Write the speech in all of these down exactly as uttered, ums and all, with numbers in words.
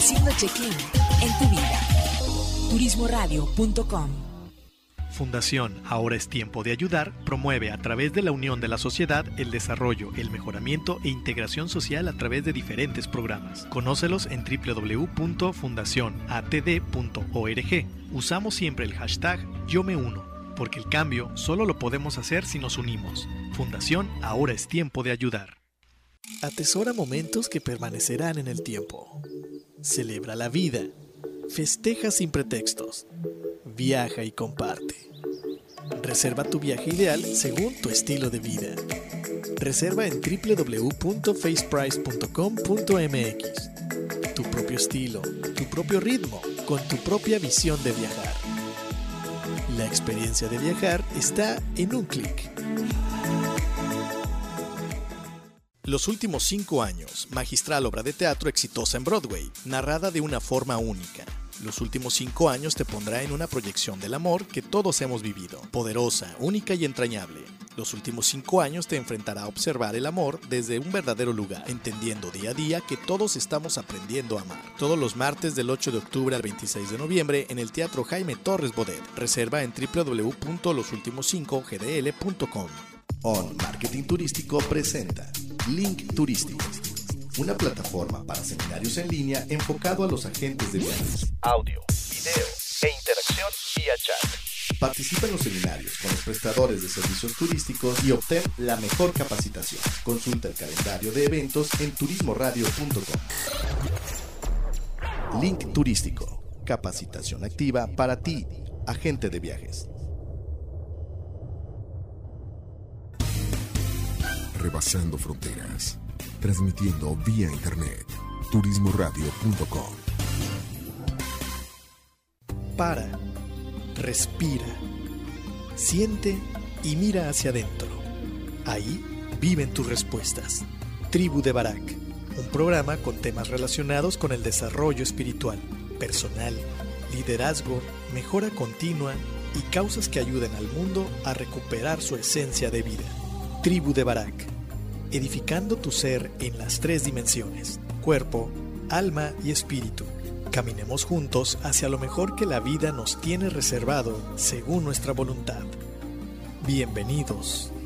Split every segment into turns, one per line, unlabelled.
haciendo check-in en tu vida. turismo radio punto com.
Fundación Ahora es Tiempo de Ayudar promueve a través de la unión de la sociedad el desarrollo, el mejoramiento e integración social a través de diferentes programas. Conócelos en doble u doble u doble u punto fundación a t d punto org. Usamos siempre el hashtag Yo Me Uno, porque el cambio solo lo podemos hacer si nos unimos. Fundación Ahora es Tiempo de Ayudar.
Atesora momentos que permanecerán en el tiempo. Celebra la vida. Festeja sin pretextos. Viaja y comparte. Reserva tu viaje ideal según tu estilo de vida. Reserva en doble u doble u doble u punto faceprice punto com punto m x. Tu propio estilo, tu propio ritmo, con tu propia visión de viajar. La experiencia de viajar está en un clic. Los últimos cinco años, magistral obra de teatro exitosa en Broadway, narrada de una forma única. Los últimos cinco años te pondrá en una proyección del amor que todos hemos vivido, poderosa, única y entrañable. Los últimos cinco años te enfrentará a observar el amor desde un verdadero lugar, entendiendo día a día que todos estamos aprendiendo a amar. Todos los martes del ocho de octubre al veintiséis de noviembre en el Teatro Jaime Torres Bodet. Reserva en doble u doble u doble u punto los últimos cinco g d l punto com.
On Marketing Turístico presenta Link Turístico, una plataforma para seminarios en línea enfocado a los agentes de viajes.
Audio, video e interacción vía chat.
Participa en los seminarios con los prestadores de servicios turísticos y obtén la mejor capacitación. Consulta el calendario de eventos en turismo radio punto com. Link Turístico, capacitación activa para ti, agente de viajes.
Rebasando fronteras, transmitiendo vía internet, turismo radio punto com.
Para, respira, siente y mira hacia adentro. Ahí viven tus respuestas. Tribu de Barak, un programa con temas relacionados con el desarrollo espiritual, personal, liderazgo, mejora continua y causas que ayuden al mundo a recuperar su esencia de vida. Tribu de Barak, edificando tu ser en las tres dimensiones, cuerpo, alma y espíritu. Caminemos juntos hacia lo mejor que la vida nos tiene reservado según nuestra voluntad. Bienvenidos.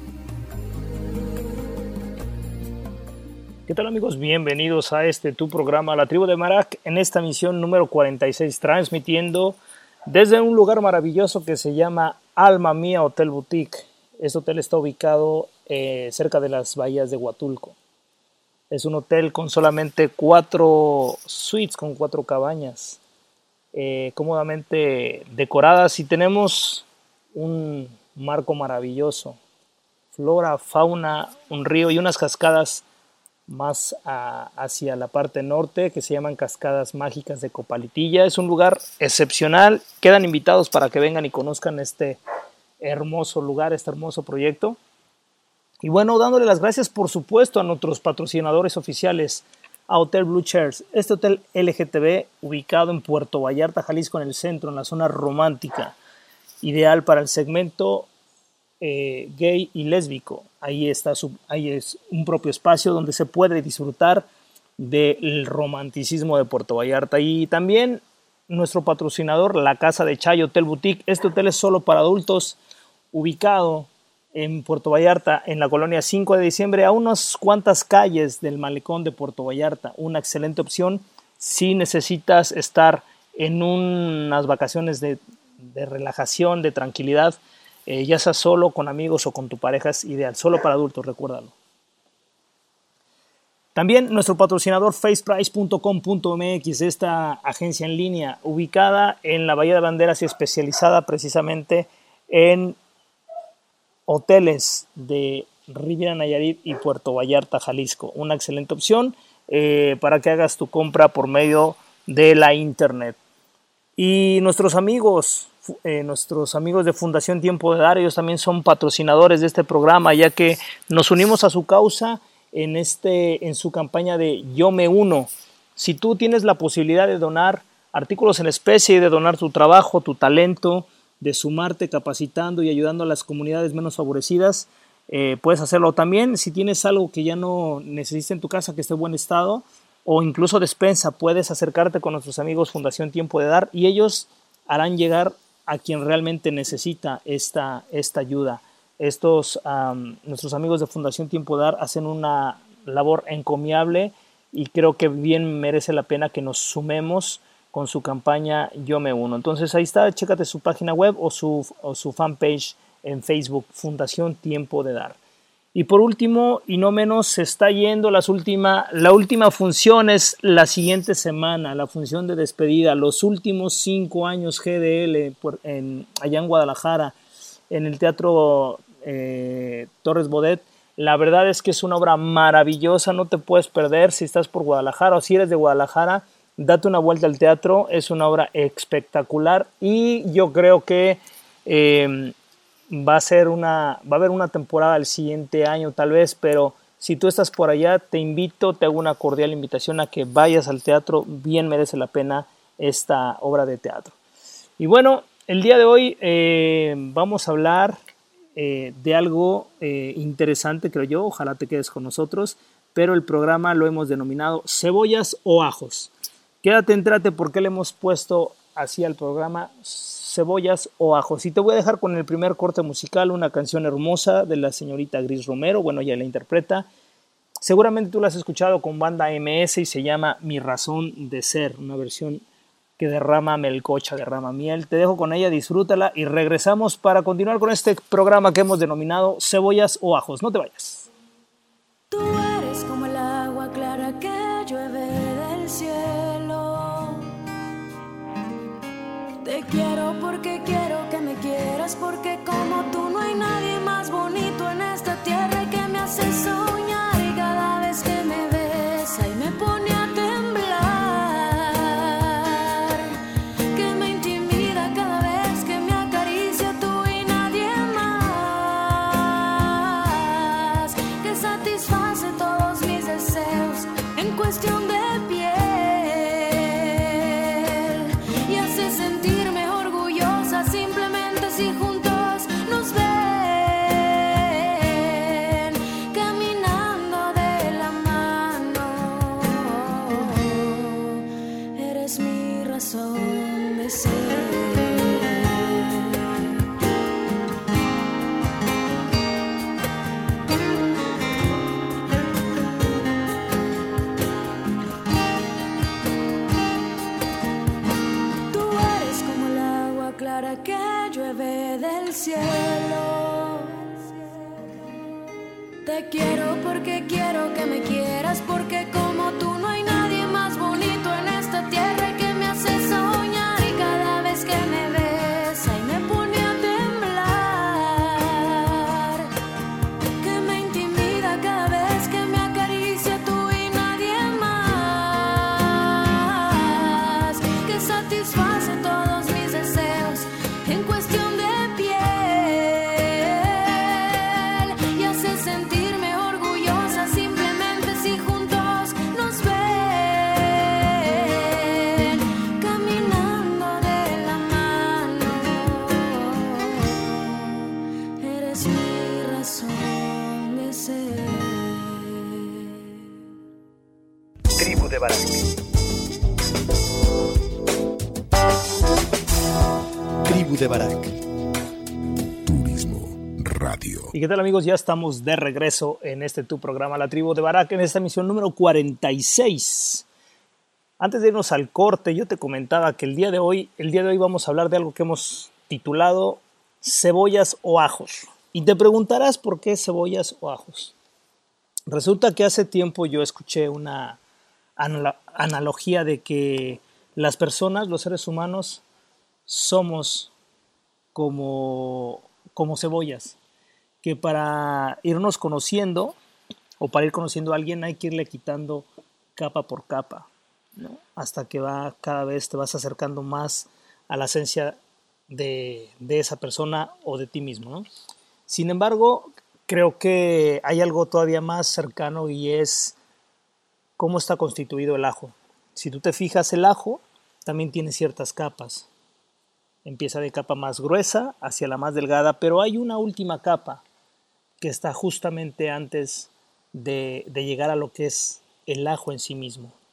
¿Qué tal, amigos? Bienvenidos a este tu programa La Tribu de Barak, en esta misión número cuarenta y seis, transmitiendo desde un lugar maravilloso que se llama Alma Mía Hotel Boutique. Este hotel está ubicado eh, cerca de las bahías de Huatulco. Es un hotel con solamente cuatro suites, con cuatro cabañas, eh, cómodamente decoradas, y tenemos un marco maravilloso, flora, fauna, un río y unas cascadas más a, hacia la parte norte que se llaman Cascadas Mágicas de Copalitilla. Es un lugar excepcional. Quedan invitados para que vengan y conozcan este hermoso lugar, este hermoso proyecto. Y bueno, dándole las gracias, por supuesto, a nuestros patrocinadores oficiales, a Hotel Blue Chairs, este hotel L G T B ubicado en Puerto Vallarta, Jalisco, en el centro, en la zona romántica, ideal para el segmento eh, gay y lésbico. Ahí está su, ahí es un propio espacio donde se puede disfrutar del romanticismo de Puerto Vallarta. Y también nuestro patrocinador, la Casa de Chay Hotel Boutique. Este hotel es solo para adultos, ubicado en Puerto Vallarta, en la colonia cinco de diciembre, a unas cuantas calles del malecón de Puerto Vallarta. Una excelente opción si necesitas estar en unas vacaciones de, de relajación, de tranquilidad, eh, ya sea solo, con amigos o con tu pareja. Es ideal, solo para adultos, recuérdalo. También nuestro patrocinador faceprice punto com punto m x, esta agencia en línea ubicada en la Bahía de Banderas y especializada precisamente en hoteles de Riviera Nayarit y Puerto Vallarta, Jalisco. Una excelente opción eh, para que hagas tu compra por medio de la internet. Y nuestros amigos, eh, nuestros amigos de Fundación Tiempo de Dar, ellos también son patrocinadores de este programa, ya que nos unimos a su causa en, este, en su campaña de Yo Me Uno. Si tú tienes la posibilidad de donar artículos en especie, de donar tu trabajo, tu talento, de sumarte capacitando y ayudando a las comunidades menos favorecidas, eh, puedes hacerlo también. Si tienes algo que ya no necesites en tu casa, que esté en buen estado, o incluso despensa, puedes acercarte con nuestros amigos Fundación Tiempo de Dar y ellos harán llegar a quien realmente necesita esta, esta ayuda. Estos, um, nuestros amigos de Fundación Tiempo de Dar hacen una labor encomiable y creo que bien merece la pena que nos sumemos con su campaña Yo Me Uno. Entonces ahí está, chécate su página web o su, o su fanpage en Facebook, Fundación Tiempo de Dar. Y por último, y no menos, se está yendo las última, la última función es la siguiente semana, la función de despedida, los últimos cinco años G D L por, en, allá en Guadalajara, en el Teatro eh, Torres Bodet. La verdad es que es una obra maravillosa, no te puedes perder si estás por Guadalajara o si eres de Guadalajara, date una vuelta al teatro, es una obra espectacular y yo creo que eh, va a ser una, va a haber una temporada el siguiente año tal vez, pero si tú estás por allá, te invito, te hago una cordial invitación a que vayas al teatro, bien merece la pena esta obra de teatro. Y bueno, el día de hoy eh, vamos a hablar eh, de algo eh, interesante, creo yo, ojalá te quedes con nosotros, pero el programa lo hemos denominado Cebollas o Ajos. Quédate, entrate, porque le hemos puesto así al programa Cebollas o Ajos. Y te voy a dejar con el primer corte musical, una canción hermosa de la señorita Gris Romero. Bueno, ella la interpreta. Seguramente tú la has escuchado con Banda M S y se llama Mi Razón de Ser, una versión que derrama melcocha, derrama miel. Te dejo con ella, disfrútala y regresamos para continuar con este programa que hemos denominado Cebollas o Ajos. No te vayas.
Tú eres como el agua clara que llueve del cielo. Te quiero porque quiero que me quieras, porque como tú no hay nadie más bonito en esta tierra y que me hace soñar y cada vez que me besa y me pone a temblar, que me intimida cada vez que me acaricia tú y nadie más, que satisface todos mis deseos en cuestión de piel y hace sentir simplemente si juntos nos ven caminando de la mano. Eres mi razón de ser. Que llueve del cielo. Te quiero porque quiero que me quieras, porque como tú no hay nadie más bonito en esta tierra y que me hace soñar y cada vez que me besa y me pone a temblar, que me intimida cada vez que me acaricia tú y nadie más, que satisface todos mis deseos en cuestión de piel y hace sentirme orgullosa simplemente si juntos nos ven caminando de la mano. Eres mi razón de ser.
Tribu de Barak.
Tribu de Barak.
Turismo Radio.
¿Y qué tal, amigos? Ya estamos de regreso en este tu programa, La Tribu de Barak, en esta emisión número cuarenta y seis. Antes de irnos al corte, yo te comentaba que el día de hoy, el día de hoy vamos a hablar de algo que hemos titulado Cebollas o Ajos. Y te preguntarás por qué cebollas o ajos. Resulta que hace tiempo yo escuché una anal- analogía de que las personas, los seres humanos, somos como, como cebollas, que para irnos conociendo o para ir conociendo a alguien hay que irle quitando capa por capa, ¿no? Hasta que va, cada vez te vas acercando más a la esencia de, de esa persona o de ti mismo, ¿no? Sin embargo, creo que hay algo todavía más cercano y es cómo está constituido el ajo. Si tú te fijas, el ajo también tiene ciertas capas. Empieza de capa más gruesa hacia la más delgada, pero hay una última capa que está justamente antes de, de llegar a lo que es el ajo en sí mismo.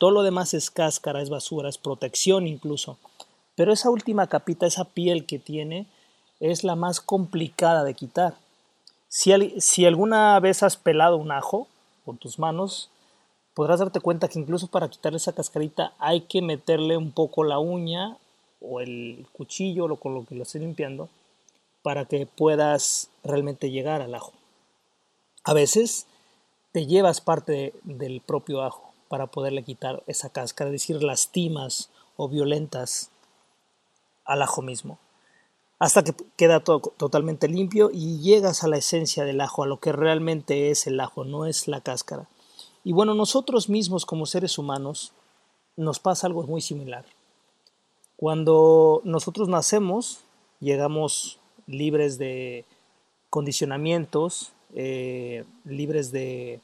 Todo lo demás es cáscara, es basura, es protección incluso. Pero esa última capita, esa piel que tiene, es la más complicada de quitar. Si, si alguna vez has pelado un ajo con tus manos, podrás darte cuenta que incluso para quitar esa cascarita hay que meterle un poco la uña o el cuchillo o con lo que lo estés limpiando para que puedas realmente llegar al ajo. A veces te llevas parte de, del propio ajo para poderle quitar esa cáscara, es decir, lastimas o violentas al ajo mismo, hasta que queda todo totalmente limpio y llegas a la esencia del ajo, a lo que realmente es el ajo, no es la cáscara. Y bueno, nosotros mismos como seres humanos nos pasa algo muy similar. Cuando nosotros nacemos, llegamos libres de condicionamientos, eh, libres de,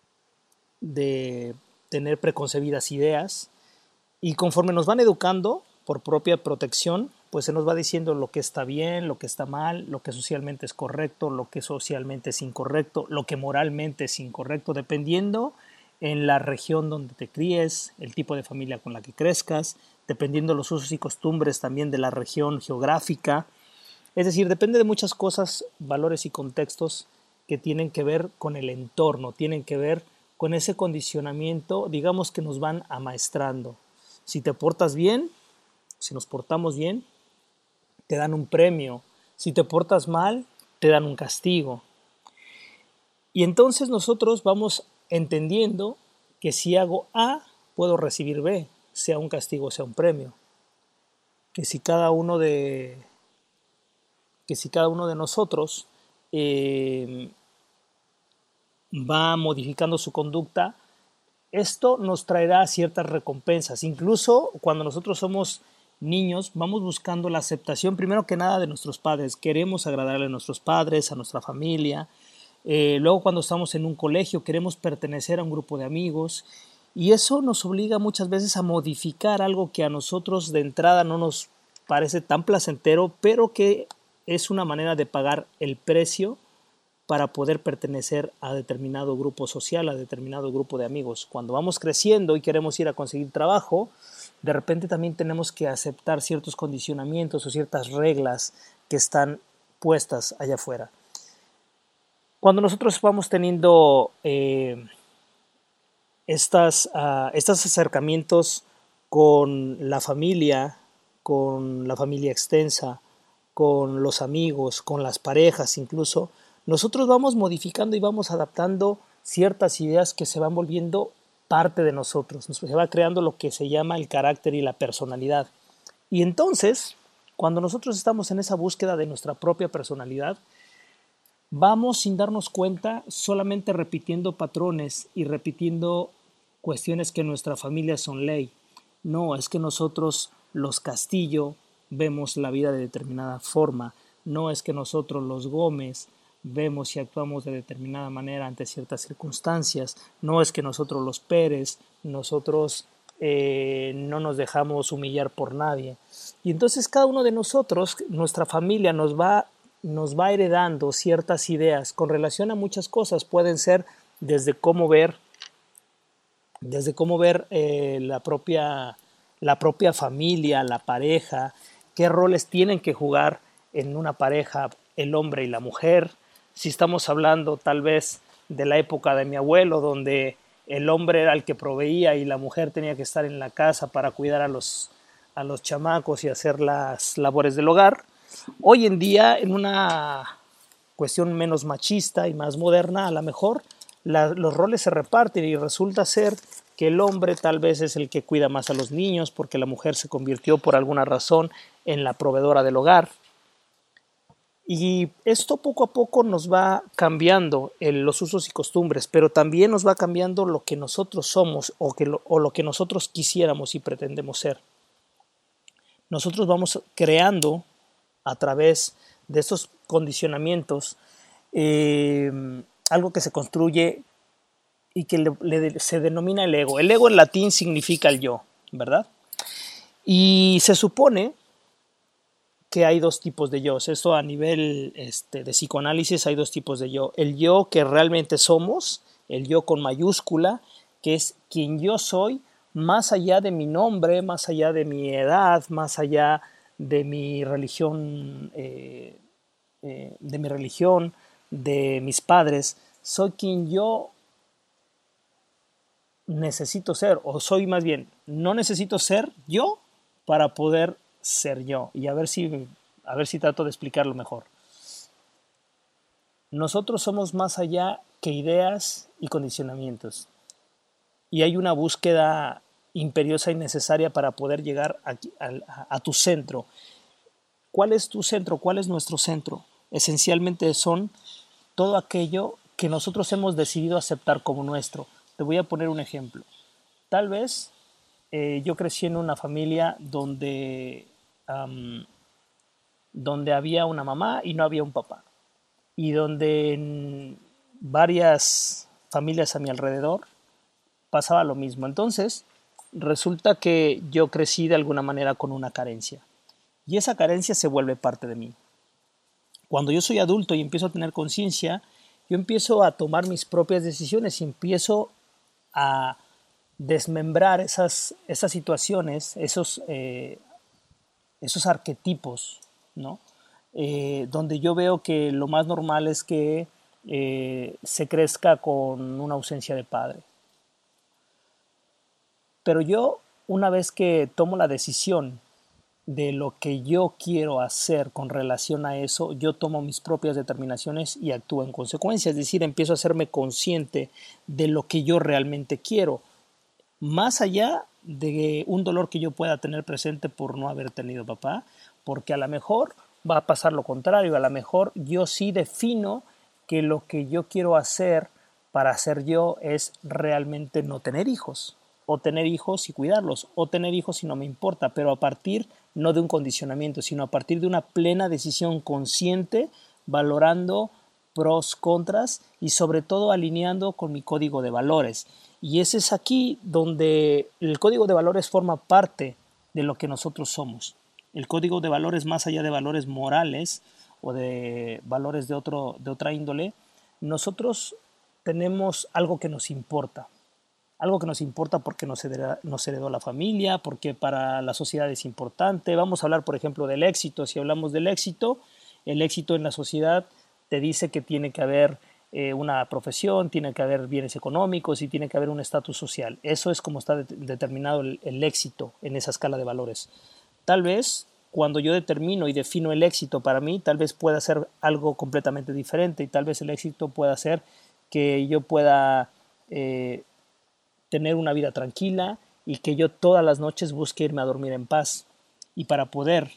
de tener preconcebidas ideas, y conforme nos van educando por propia protección, pues se nos va diciendo lo que está bien, lo que está mal, lo que socialmente es correcto, lo que socialmente es incorrecto, lo que moralmente es incorrecto, dependiendo en la región donde te críes, el tipo de familia con la que crezcas, dependiendo los usos y costumbres también de la región geográfica. Es decir, depende de muchas cosas, valores y contextos que tienen que ver con el entorno, tienen que ver con ese condicionamiento, digamos, que nos van amaestrando. Si te portas bien, si nos portamos bien, te dan un premio. Si te portas mal, te dan un castigo. Y entonces nosotros vamos entendiendo que si hago A, puedo recibir B, sea un castigo, sea un premio. Que si cada uno de, que si cada uno de nosotros eh, va modificando su conducta, esto nos traerá ciertas recompensas. Incluso cuando nosotros somos niños, vamos buscando la aceptación, primero que nada, de nuestros padres. Queremos agradarle a nuestros padres, a nuestra familia. Eh, luego, cuando estamos en un colegio, queremos pertenecer a un grupo de amigos. Y eso nos obliga muchas veces a modificar algo que a nosotros de entrada no nos parece tan placentero, pero que es una manera de pagar el precio para poder pertenecer a determinado grupo social, a determinado grupo de amigos. Cuando vamos creciendo y queremos ir a conseguir trabajo, de repente también tenemos que aceptar ciertos condicionamientos o ciertas reglas que están puestas allá afuera. Cuando nosotros vamos teniendo eh, estas, uh, estos acercamientos con la familia, con la familia extensa, con los amigos, con las parejas incluso, nosotros vamos modificando y vamos adaptando ciertas ideas que se van volviendo parte de nosotros. Se va creando lo que se llama el carácter y la personalidad. Y entonces, cuando nosotros estamos en esa búsqueda de nuestra propia personalidad, vamos sin darnos cuenta solamente repitiendo patrones y repitiendo cuestiones que en nuestra familia son ley. No, es que nosotros, los Castillo, vemos la vida de determinada forma. No es que nosotros, los Gómez, vemos y actuamos de determinada manera ante ciertas circunstancias. No es que nosotros los Pérez, nosotros eh, no nos dejamos humillar por nadie. Y entonces cada uno de nosotros, nuestra familia nos va, nos va heredando ciertas ideas con relación a muchas cosas. Pueden ser desde cómo ver, desde cómo ver eh, la propia, la propia familia, la pareja, qué roles tienen que jugar en una pareja el hombre y la mujer. Si estamos hablando tal vez de la época de mi abuelo, donde el hombre era el que proveía y la mujer tenía que estar en la casa para cuidar a los, a los chamacos y hacer las labores del hogar. Hoy en día, en una cuestión menos machista y más moderna, a lo mejor la, los roles se reparten y resulta ser que el hombre tal vez es el que cuida más a los niños porque la mujer se convirtió por alguna razón en la proveedora del hogar. Y esto poco a poco nos va cambiando el, los usos y costumbres, pero también nos va cambiando lo que nosotros somos o, que lo, o lo que nosotros quisiéramos y pretendemos ser. Nosotros vamos creando a través de estos condicionamientos eh, algo que se construye y que le, le, se denomina el ego. El ego en latín significa el yo, ¿verdad? Y se supone que hay dos tipos de yo. Esto a nivel este, de psicoanálisis hay dos tipos de yo. El yo que realmente somos, el yo con mayúscula, que es quien yo soy, más allá de mi nombre, más allá de mi edad, más allá de mi religión, eh, eh, de mi religión, de mis padres, soy quien yo necesito ser, o soy más bien, no necesito ser yo para poder ser yo. Y a ver si, a ver si trato de explicarlo mejor. Nosotros somos más allá que ideas y condicionamientos. Y hay una búsqueda imperiosa y necesaria para poder llegar a, a, a tu centro. ¿Cuál es tu centro? ¿Cuál es nuestro centro? Esencialmente son todo aquello que nosotros hemos decidido aceptar como nuestro. Te voy a poner un ejemplo. Tal vez eh, yo crecí en una familia donde, um, donde había una mamá y no había un papá. Y donde en varias familias a mi alrededor pasaba lo mismo. Entonces, resulta que yo crecí de alguna manera con una carencia. Y esa carencia se vuelve parte de mí. Cuando yo soy adulto y empiezo a tener conciencia, yo empiezo a tomar mis propias decisiones y empiezo a desmembrar esas, esas situaciones, esos, eh, esos arquetipos, ¿no? Eh, donde yo veo que lo más normal es que eh, se crezca con una ausencia de padre. Pero yo, una vez que tomo la decisión de lo que yo quiero hacer con relación a eso, yo tomo mis propias determinaciones y actúo en consecuencia. Es decir, empiezo a hacerme consciente de lo que yo realmente quiero, más allá de un dolor que yo pueda tener presente por no haber tenido papá, porque a lo mejor va a pasar lo contrario, a lo mejor yo sí defino que lo que yo quiero hacer para ser yo es realmente no tener hijos, o tener hijos y cuidarlos, o tener hijos y no me importa, pero a partir no de un condicionamiento, sino a partir de una plena decisión consciente, valorando pros, contras y sobre todo alineando con mi código de valores. Y ese es aquí donde el código de valores forma parte de lo que nosotros somos. El código de valores, más allá de valores morales o de valores de, otro, de otra índole, nosotros tenemos algo que nos importa. Algo que nos importa porque nos heredó, nos heredó la familia, porque para la sociedad es importante. Vamos a hablar, por ejemplo, del éxito. Si hablamos del éxito, el éxito en la sociedad te dice que tiene que haber eh, una profesión, tiene que haber bienes económicos y tiene que haber un estatus social. Eso es como está de- determinado el, el éxito en esa escala de valores. Tal vez cuando yo determino y defino el éxito para mí, tal vez pueda ser algo completamente diferente y tal vez el éxito pueda ser que yo pueda eh, tener una vida tranquila y que yo todas las noches busque irme a dormir en paz. Y para poder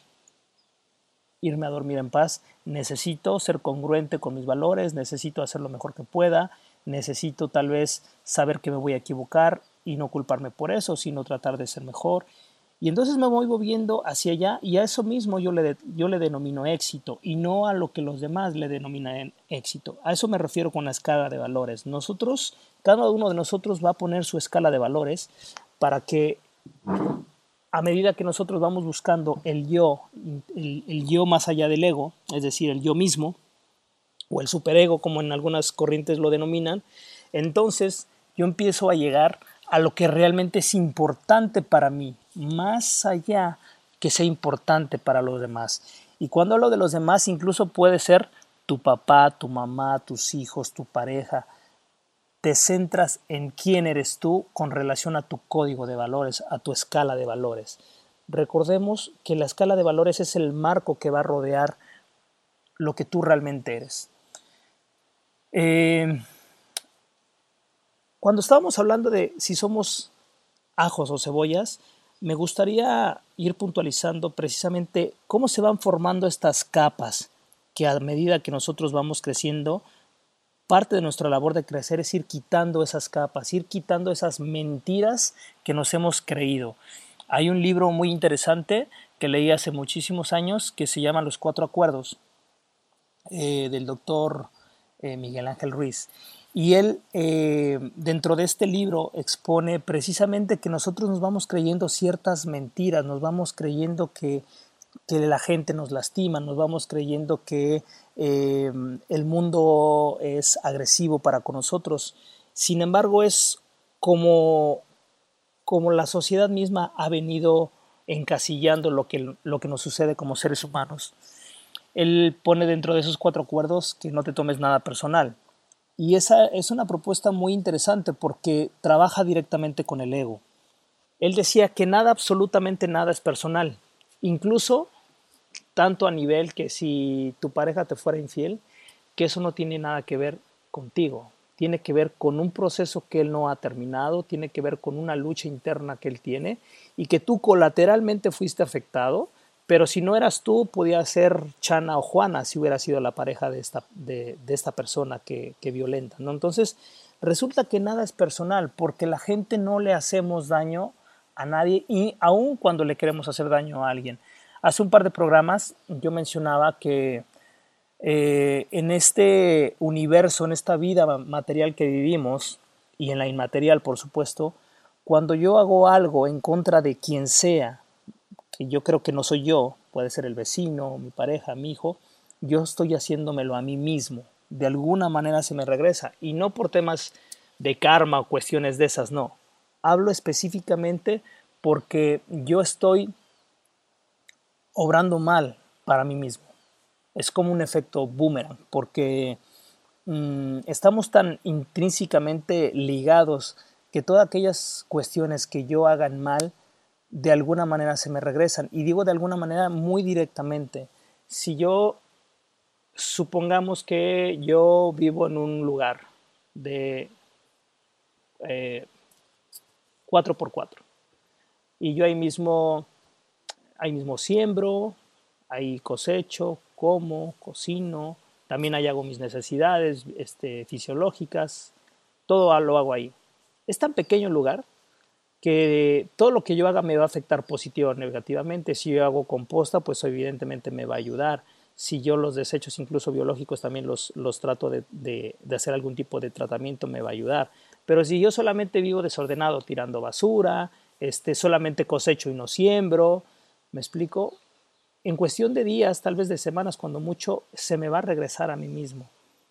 irme a dormir en paz necesito ser congruente con mis valores, necesito hacer lo mejor que pueda, necesito tal vez saber que me voy a equivocar y no culparme por eso, sino tratar de ser mejor. Y entonces me voy moviendo hacia allá y a eso mismo yo le, de, yo le denomino éxito y no a lo que los demás le denominan éxito. A eso me refiero con la escala de valores. Nosotros, cada uno de nosotros va a poner su escala de valores para que a medida que nosotros vamos buscando el yo, el, el yo más allá del ego, es decir, el yo mismo o el superego como en algunas corrientes lo denominan, entonces yo empiezo a llegar a lo que realmente es importante para mí, más allá que sea importante para los demás. Y cuando hablo de los demás, incluso puede ser tu papá, tu mamá, tus hijos, tu pareja. Te centras en quién eres tú con relación a tu código de valores, a tu escala de valores. Recordemos que la escala de valores es el marco que va a rodear lo que tú realmente eres. Eh, Cuando estábamos hablando de si somos ajos o cebollas, me gustaría ir puntualizando precisamente cómo se van formando estas capas que a medida que nosotros vamos creciendo, parte de nuestra labor de crecer es ir quitando esas capas, ir quitando esas mentiras que nos hemos creído. Hay un libro muy interesante que leí hace muchísimos años que se llama Los Cuatro Acuerdos, eh, del doctor eh, Miguel Ángel Ruiz. Y él, eh, dentro de este libro, expone precisamente que nosotros nos vamos creyendo ciertas mentiras, nos vamos creyendo que, que la gente nos lastima, nos vamos creyendo que eh, el mundo es agresivo para con nosotros. Sin embargo, es como, como la sociedad misma ha venido encasillando lo que, lo que nos sucede como seres humanos. Él pone dentro de esos cuatro acuerdos que no te tomes nada personal. Y esa es una propuesta muy interesante porque trabaja directamente con el ego. Él decía que nada, absolutamente nada es personal. Incluso tanto a nivel que si tu pareja te fuera infiel, que eso no tiene nada que ver contigo. Tiene que ver con un proceso que él no ha terminado, tiene que ver con una lucha interna que él tiene y que tú colateralmente fuiste afectado, pero si no eras tú, podía ser Chana o Juana si hubiera sido la pareja de esta, de, de esta persona que, que violenta, ¿no? Entonces, resulta que nada es personal porque la gente no le hacemos daño a nadie y aun cuando le queremos hacer daño a alguien. Hace un par de programas yo mencionaba que Eh, en este universo, en esta vida material que vivimos y en la inmaterial, por supuesto, cuando yo hago algo en contra de quien sea, que yo creo que no soy yo, puede ser el vecino, mi pareja, mi hijo, yo estoy haciéndomelo a mí mismo. De alguna manera se me regresa y no por temas de karma o cuestiones de esas, no. Hablo específicamente porque yo estoy obrando mal para mí mismo. Es como un efecto boomerang, porque mmm, estamos tan intrínsecamente ligados que todas aquellas cuestiones que yo hagan mal, de alguna manera se me regresan. Y digo de alguna manera muy directamente. Si yo, supongamos que yo vivo en un lugar de eh, cuatro por cuatro, y yo ahí mismo, ahí mismo siembro, ahí cosecho, como, cocino, también ahí hago mis necesidades este, fisiológicas, todo lo hago ahí. Es tan pequeño el lugar que todo lo que yo haga me va a afectar positivo o negativamente. Si yo hago composta, pues evidentemente me va a ayudar. Si yo los desechos incluso biológicos también los, los trato de, de, de hacer algún tipo de tratamiento, me va a ayudar. Pero si yo solamente vivo desordenado tirando basura, este, solamente cosecho y no siembro, ¿me explico? En cuestión de días, tal vez de semanas, cuando mucho, se me va a regresar a mí mismo.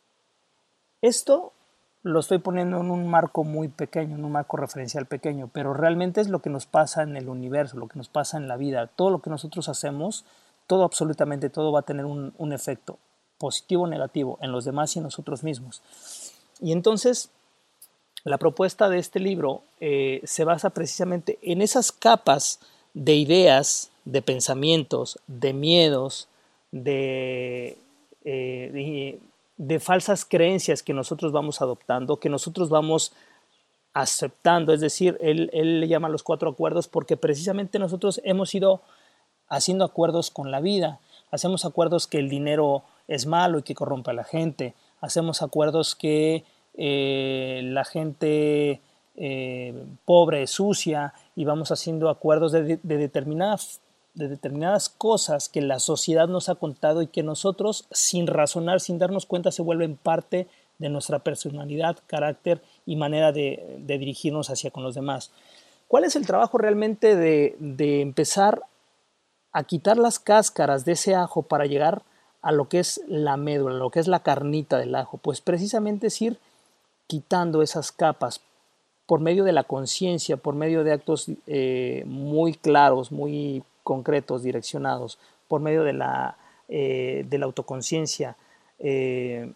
Esto lo estoy poniendo en un marco muy pequeño, en un marco referencial pequeño, pero realmente es lo que nos pasa en el universo, lo que nos pasa en la vida. Todo lo que nosotros hacemos, todo, absolutamente todo, va a tener un, un efecto positivo o negativo en los demás y en nosotros mismos. Y entonces, la propuesta de este libro eh, se basa precisamente en esas capas de ideas, de pensamientos, de miedos, de, eh, de, de falsas creencias que nosotros vamos adoptando, que nosotros vamos aceptando. Es decir, él, él le llama los cuatro acuerdos porque precisamente nosotros hemos ido haciendo acuerdos con la vida. Hacemos acuerdos que el dinero es malo y que corrompe a la gente. Hacemos acuerdos que eh, la gente eh, pobre es sucia y vamos haciendo acuerdos de, de determinadas de determinadas cosas que la sociedad nos ha contado y que nosotros, sin razonar, sin darnos cuenta, se vuelven parte de nuestra personalidad, carácter y manera de, de dirigirnos hacia con los demás. ¿Cuál es el trabajo realmente de, de empezar a quitar las cáscaras de ese ajo para llegar a lo que es la médula, lo que es la carnita del ajo? Pues precisamente es ir quitando esas capas por medio de la conciencia, por medio de actos eh, muy claros, muy concretos, direccionados, por medio de la, eh, de la autoconciencia, eh,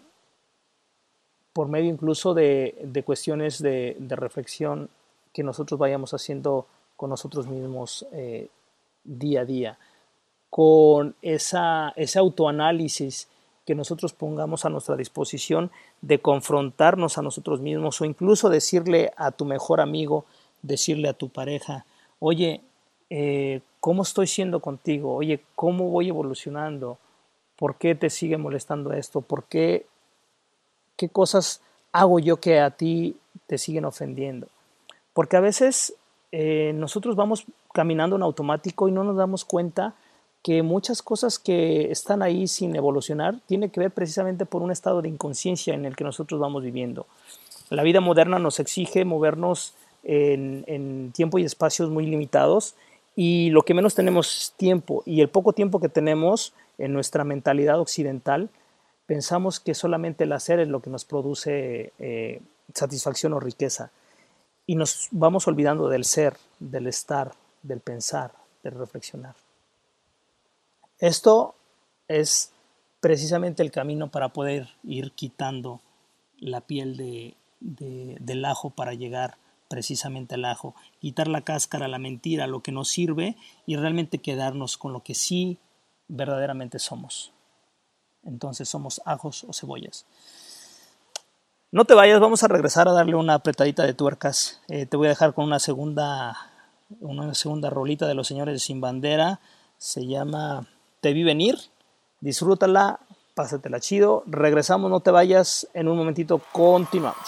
por medio incluso de, de cuestiones de, de reflexión que nosotros vayamos haciendo con nosotros mismos eh, día a día, con esa, ese autoanálisis que nosotros pongamos a nuestra disposición de confrontarnos a nosotros mismos o incluso decirle a tu mejor amigo, decirle a tu pareja, oye, eh, ¿cómo estoy siendo contigo? Oye, ¿cómo voy evolucionando? ¿Por qué te sigue molestando esto? ¿Por qué? ¿Qué cosas hago yo que a ti te siguen ofendiendo? Porque a veces eh, nosotros vamos caminando en automático y no nos damos cuenta que muchas cosas que están ahí sin evolucionar tienen que ver precisamente por un estado de inconsciencia en el que nosotros vamos viviendo. La vida moderna nos exige movernos en, en tiempo y espacios muy limitados y lo que menos tenemos es tiempo, y el poco tiempo que tenemos en nuestra mentalidad occidental pensamos que solamente el hacer es lo que nos produce eh, satisfacción o riqueza. y nos vamos olvidando del ser, del estar, del pensar, del reflexionar. Esto es precisamente el camino para poder ir quitando la piel de, de, del ajo para llegar precisamente al ajo, quitar la cáscara, la mentira, lo que nos sirve y realmente quedarnos con lo que sí verdaderamente somos. Entonces somos ajos o cebollas. No te vayas, vamos a regresar a darle una apretadita de tuercas. Eh, te voy a dejar con una segunda, una segunda rolita de los señores de Sin Bandera. Se llama Te vi venir. Disfrútala, pásatela chido. Regresamos, no te vayas. En un momentito continuamos.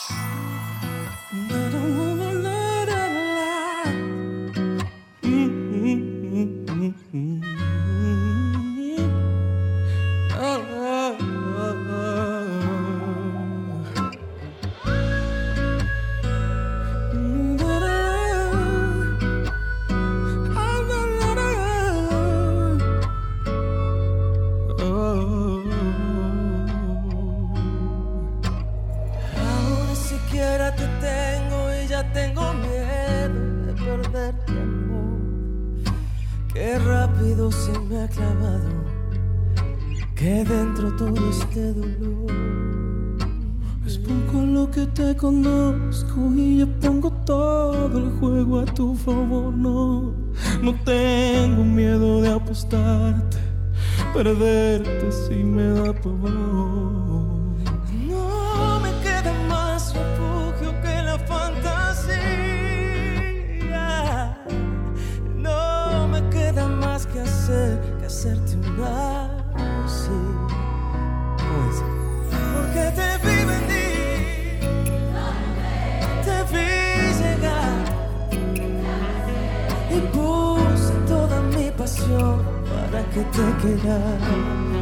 Se me ha clavado que dentro todo este dolor. Es poco lo que te conozco y ya pongo todo el juego a tu favor. No, no tengo miedo de apostarte, perderte si me da pavor. No me queda más refugio que la fantasía. No me queda más que hacer que hacerte una sí. Porque te vi venir, te vi llegar y puse toda mi pasión para que te quedara.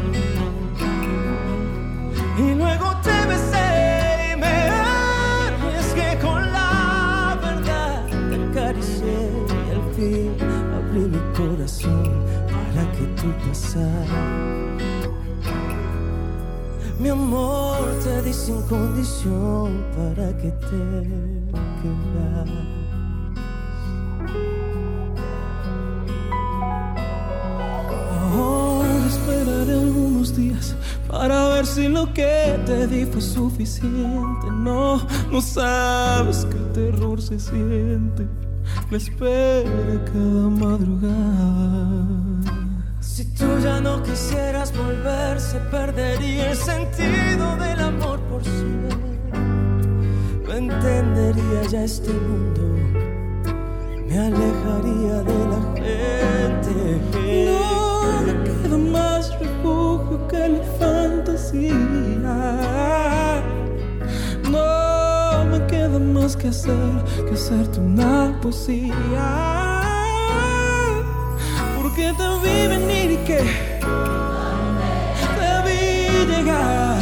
Y luego te besé y me arriesgué con la verdad. Te acaricié y al fin abrí mi corazón para que tú pasaras. Mi amor, te di sin condición para que te quedaras. Ahora esperaré algunos días para ver si lo que te di fue suficiente. No, no sabes que el terror se siente. La espera cada madrugada. Si tú ya no quisieras volver, se perdería el sentido del amor por siempre. No entendería ya este mundo, me alejaría de la gente. No me queda más refugio que la fantasía. No me queda más que hacer que hacerte una poesía. Porque te vi venir y que te vi llegar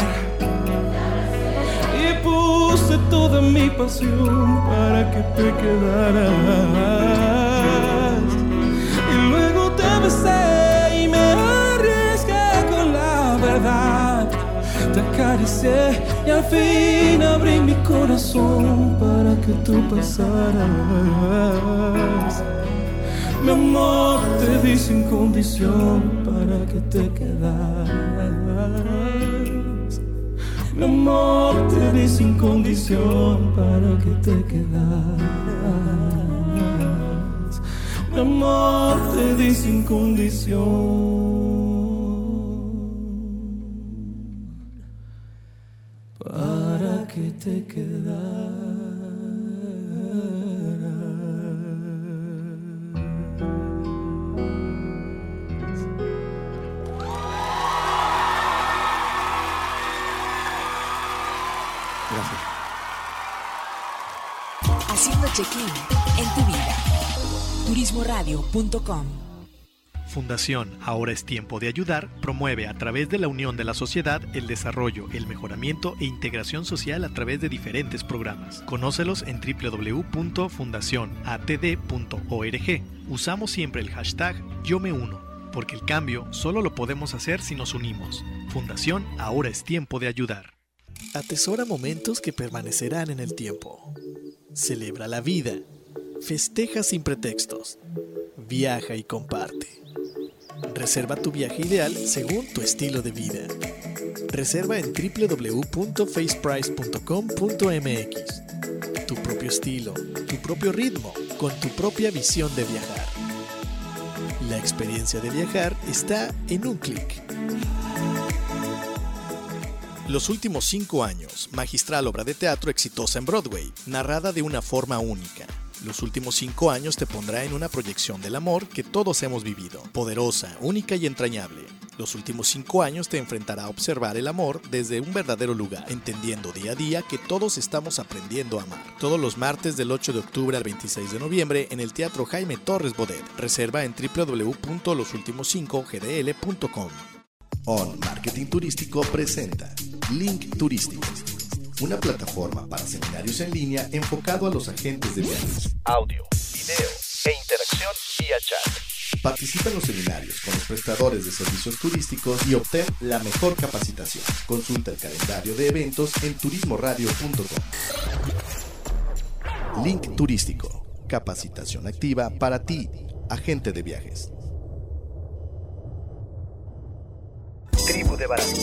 y puse toda mi pasión para que te quedaras. Y luego te besé y me arriesgué con la verdad. Te acaricié y al fin abrí mi corazón para que tú pasaras. Mi amor, te di sin condición para que te quedaras. Mi amor, te di sin condición para que te quedaras. Mi amor, te di sin condición para que te quedaras.
Haciendo check-in en tu vida. turismo radio punto com.
Fundación Ahora es Tiempo de Ayudar promueve a través de la unión de la sociedad el desarrollo, el mejoramiento e integración social a través de diferentes programas. Conócelos en doble u doble u doble u punto fundación a t d punto org. Usamos siempre el hashtag Yo Me Uno, porque el cambio solo lo podemos hacer si nos unimos. Fundación Ahora es Tiempo de Ayudar.
Atesora momentos que permanecerán en el tiempo. Celebra la vida. Festeja sin pretextos. Viaja y comparte. Reserva tu viaje ideal según tu estilo de vida. Reserva en doble u doble u doble u punto faceprice punto com punto m x. Tu propio estilo, tu propio ritmo, con tu propia visión de viajar. La experiencia de viajar está en un clic. Los últimos cinco años, magistral obra de teatro exitosa en Broadway, narrada de una forma única. Los últimos cinco años te pondrá en una proyección del amor que todos hemos vivido, poderosa, única y entrañable. Los últimos cinco años te enfrentará a observar el amor desde un verdadero lugar, entendiendo día a día que todos estamos aprendiendo a amar. Todos los martes del ocho de octubre al veintiséis de noviembre en el Teatro Jaime Torres Bodet. Reserva en doble u doble u doble u punto los últimos cinco g d l punto com.
On Marketing Turístico presenta Link Turístico, una plataforma para seminarios en línea enfocado a los agentes de viajes.
Audio, video e interacción vía chat.
Participa en los seminarios con los prestadores de servicios turísticos y obtén la mejor capacitación. Consulta el calendario de eventos en turismo radio punto com. Link Turístico, capacitación activa para ti, agente de viajes.
Tribu de Barak.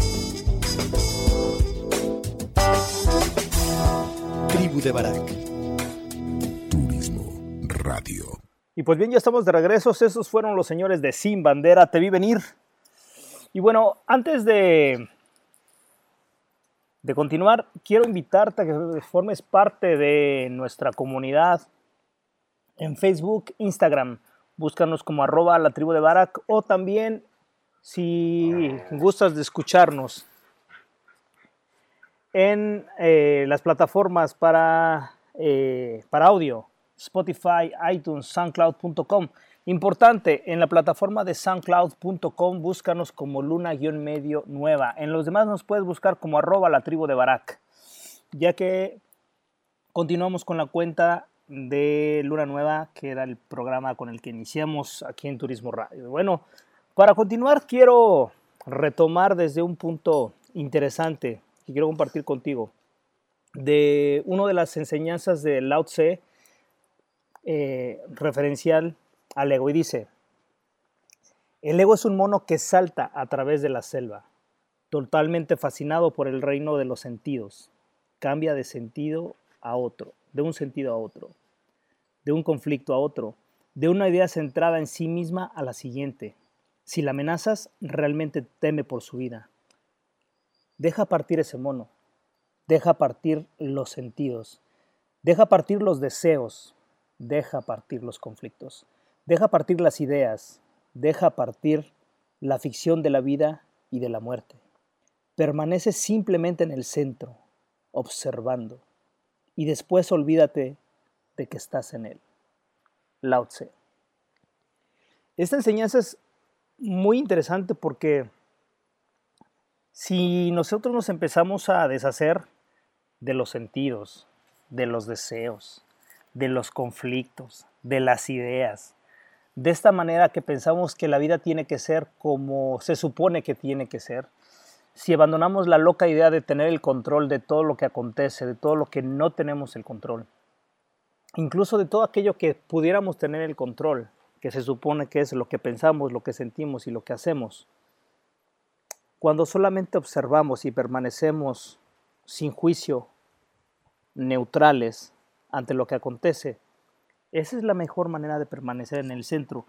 Tribu de Barak.
Turismo Radio.
Y pues bien, ya estamos de regreso. Esos fueron los señores de Sin Bandera. Te vi venir. Y bueno, antes de, de continuar, quiero invitarte a que formes parte de nuestra comunidad en Facebook, Instagram. Búscanos como arroba la tribu de Barak, o también, si gustas de escucharnos, en eh, las plataformas para, eh, para audio, Spotify, iTunes, soundcloud punto com. Importante, en la plataforma de soundcloud punto com búscanos como Luna-Medio Nueva. En los demás nos puedes buscar como arroba la tribu de Barak, ya que continuamos con la cuenta de Luna Nueva, que era el programa con el que iniciamos aquí en Turismo Radio. Bueno, para continuar quiero retomar desde un punto interesante que quiero compartir contigo, de una de las enseñanzas de Lao Tse, eh, referencial al ego, y dice: el ego es un mono que salta a través de la selva, totalmente fascinado por el reino de los sentidos. Cambia de sentido a otro, de un sentido a otro, de un conflicto a otro, de una idea centrada en sí misma a la siguiente. Si la amenazas, realmente teme por su vida. Deja partir ese mono, deja partir los sentidos, deja partir los deseos, deja partir los conflictos, deja partir las ideas, deja partir la ficción de la vida y de la muerte. Permanece simplemente en el centro, observando, y después olvídate de que estás en él. Lao Tse. Esta enseñanza es muy interesante porque si nosotros nos empezamos a deshacer de los sentidos, de los deseos, de los conflictos, de las ideas, de esta manera que pensamos que la vida tiene que ser como se supone que tiene que ser, si abandonamos la loca idea de tener el control de todo lo que acontece, de todo lo que no tenemos el control, incluso de todo aquello que pudiéramos tener el control, que se supone que es lo que pensamos, lo que sentimos y lo que hacemos, cuando solamente observamos y permanecemos sin juicio, neutrales ante lo que acontece, esa es la mejor manera de permanecer en el centro.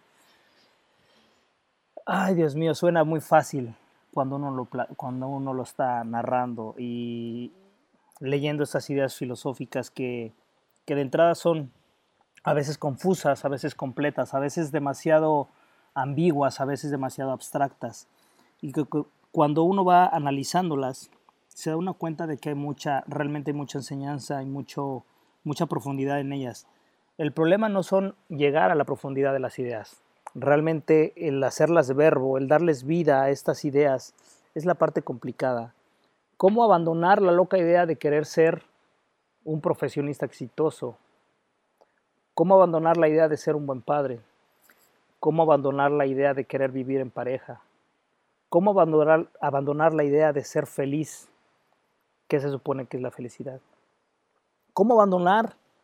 Ay, Dios mío, suena muy fácil cuando uno lo, cuando uno lo está narrando y leyendo estas ideas filosóficas que, que de entrada son a veces confusas, a veces completas, a veces demasiado ambiguas, a veces demasiado abstractas, y que cuando uno va analizándolas se da una cuenta de que hay mucha, realmente hay mucha enseñanza, hay mucho, mucha profundidad en ellas. El problema no son llegar a la profundidad de las ideas. Realmente el hacerlas verbo, el darles vida a estas ideas es la parte complicada. ¿Cómo abandonar la loca idea de querer ser un profesionista exitoso? ¿Cómo abandonar la idea de ser un buen padre? ¿Cómo abandonar la idea de querer vivir en pareja? ¿Cómo abandonar, abandonar la idea de ser feliz? ¿Qué se supone que es la felicidad? ¿Cómo abandonar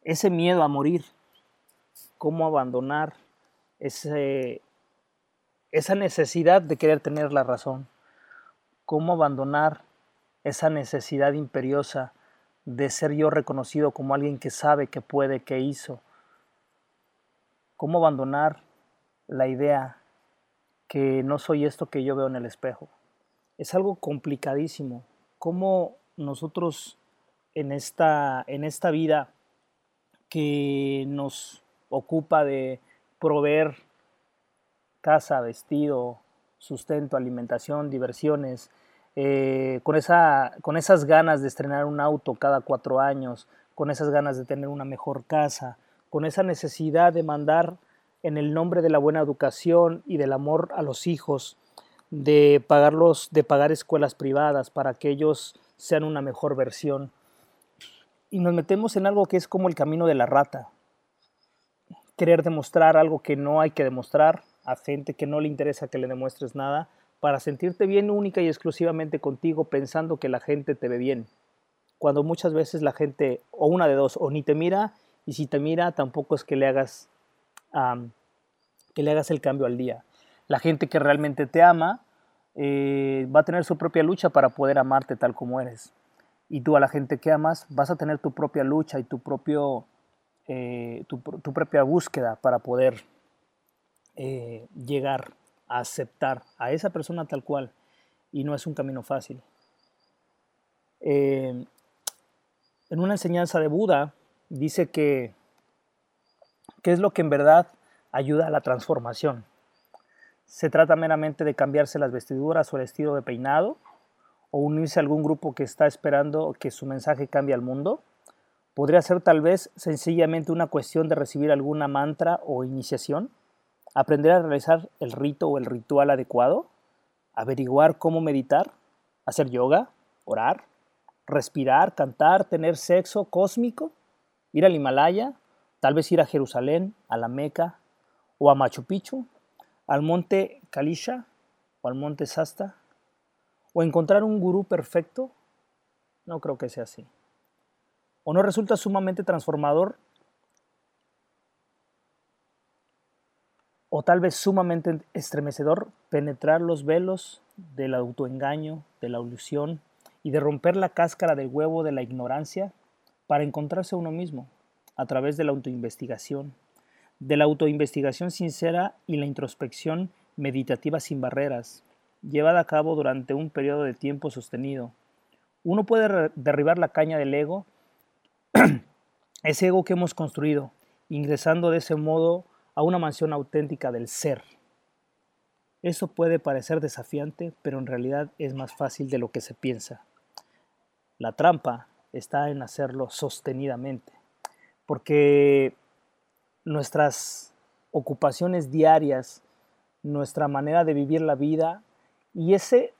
ese miedo a morir, cómo abandonar ese, esa necesidad de querer tener la razón, cómo abandonar esa necesidad imperiosa de ser yo reconocido como alguien que sabe, que puede, que hizo, cómo abandonar la idea que no soy esto que yo veo en el espejo. Es algo complicadísimo, cómo nosotros en esta, en esta vida que nos ocupa de proveer casa, vestido, sustento, alimentación, diversiones, eh, con, esa, con esas ganas de estrenar un auto cada cuatro años, con esas ganas de tener una mejor casa, con esa necesidad de mandar en el nombre de la buena educación y del amor a los hijos, de pagarlos, de pagar escuelas privadas para que ellos sean una mejor versión. Y nos metemos en algo que es como el camino de la rata. Querer demostrar algo que no hay que demostrar a gente que no le interesa que le demuestres nada, para sentirte bien única y exclusivamente contigo, pensando que la gente te ve bien. Cuando muchas veces la gente, o una de dos, o ni te mira, y si te mira, tampoco es que le hagas, um, que le hagas el cambio al día. La gente que realmente te ama eh, va a tener su propia lucha para poder amarte tal como eres. Y tú a la gente que amas vas a tener tu propia lucha y tu, propio, eh, tu, tu propia búsqueda para poder eh, llegar a aceptar a esa persona tal cual. Y no es un camino fácil. Eh, en una enseñanza de Buda dice que ¿qué es lo que en verdad ayuda a la transformación? ¿Se trata meramente de cambiarse las vestiduras o el estilo de peinado? ¿O unirse a algún grupo que está esperando que su mensaje cambie al mundo? ¿Podría ser tal vez sencillamente una cuestión de recibir alguna mantra o iniciación? ¿Aprender a realizar el rito o el ritual adecuado? ¿Averiguar cómo meditar? ¿Hacer yoga? ¿Orar? ¿Respirar? ¿Cantar? ¿Tener sexo cósmico? ¿Ir al Himalaya? ¿Tal vez ir a Jerusalén, a la Meca o a Machu Picchu? ¿Al monte Kalisha o al monte Shasta? ¿O encontrar un gurú perfecto? No creo que sea así. ¿O no resulta sumamente transformador? ¿O tal vez sumamente estremecedor penetrar los velos del autoengaño, de la ilusión y de romper la cáscara del huevo de la ignorancia para encontrarse a uno mismo a través de la autoinvestigación, de la autoinvestigación sincera y la introspección meditativa sin barreras, llevada a cabo durante un periodo de tiempo sostenido? Uno puede derribar la caña del ego, ese ego que hemos construido, ingresando de ese modo a una mansión auténtica del ser. Eso puede parecer desafiante, pero en realidad es más fácil de lo que se piensa. La trampa está en hacerlo sostenidamente, porque nuestras ocupaciones diarias, nuestra manera de vivir la vida y ese,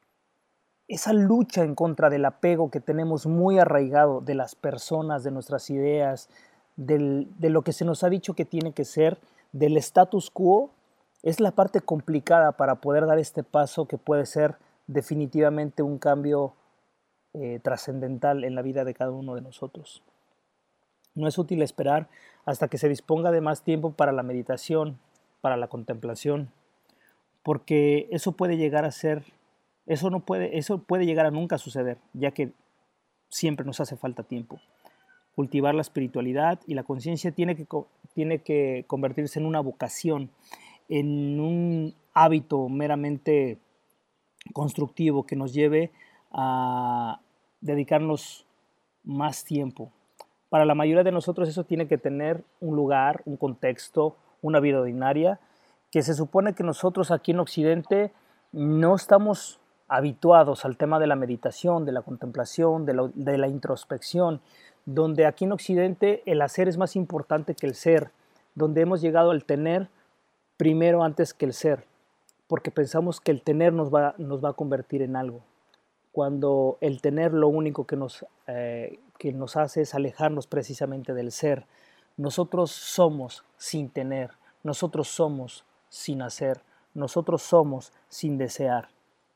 esa lucha en contra del apego que tenemos muy arraigado de las personas, de nuestras ideas, del, de lo que se nos ha dicho que tiene que ser, del status quo, es la parte complicada para poder dar este paso que puede ser definitivamente un cambio eh, trascendental en la vida de cada uno de nosotros. No es útil esperar hasta que se disponga de más tiempo para la meditación, para la contemplación, porque eso puede llegar a ser, eso no puede, eso puede llegar a nunca suceder, ya que siempre nos hace falta tiempo. Cultivar la espiritualidad y la conciencia tiene que, tiene que convertirse en una vocación, en un hábito meramente constructivo que nos lleve a dedicarnos más tiempo. Para la mayoría de nosotros eso tiene que tener un lugar, un contexto, una vida ordinaria, que se supone que nosotros aquí en Occidente no estamos habituados al tema de la meditación, de la contemplación, de la, de la introspección, donde aquí en Occidente el hacer es más importante que el ser, donde hemos llegado al tener primero antes que el ser, porque pensamos que el tener nos va, nos va a convertir en algo, cuando el tener lo único que nos, eh, que nos hace es alejarnos precisamente del ser. Nosotros somos sin tener, nosotros somos sin hacer, nosotros somos sin desear.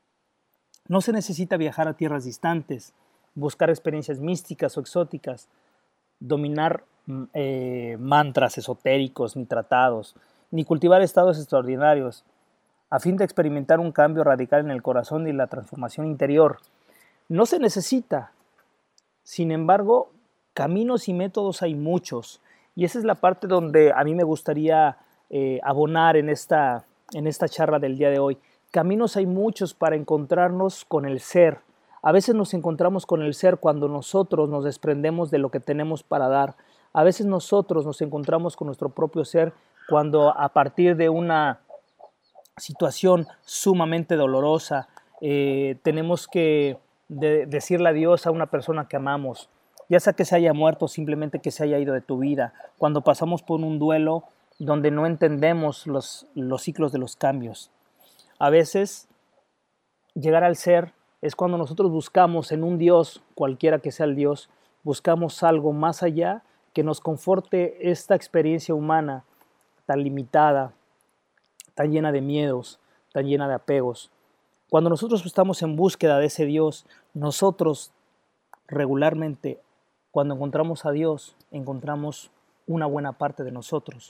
No se necesita viajar a tierras distantes, buscar experiencias místicas o exóticas, dominar eh, mantras esotéricos ni tratados, ni cultivar estados extraordinarios, a fin de experimentar un cambio radical en el corazón y la transformación interior. No se necesita. Sin embargo, caminos y métodos hay muchos, y esa es la parte donde a mí me gustaría eh, abonar en esta, en esta charla del día de hoy. Caminos hay muchos para encontrarnos con el ser. A veces nos encontramos con el ser cuando nosotros nos desprendemos de lo que tenemos para dar. A veces nosotros nos encontramos con nuestro propio ser cuando a partir de una situación sumamente dolorosa eh, tenemos que de decirle adiós a una persona que amamos, ya sea que se haya muerto o simplemente que se haya ido de tu vida, cuando pasamos por un duelo donde no entendemos los, los ciclos de los cambios. A veces llegar al ser es cuando nosotros buscamos en un Dios, cualquiera que sea el Dios, buscamos algo más allá que nos conforte esta experiencia humana tan limitada, tan llena de miedos, tan llena de apegos. Cuando nosotros estamos en búsqueda de ese Dios, nosotros regularmente, cuando encontramos a Dios, encontramos una buena parte de nosotros.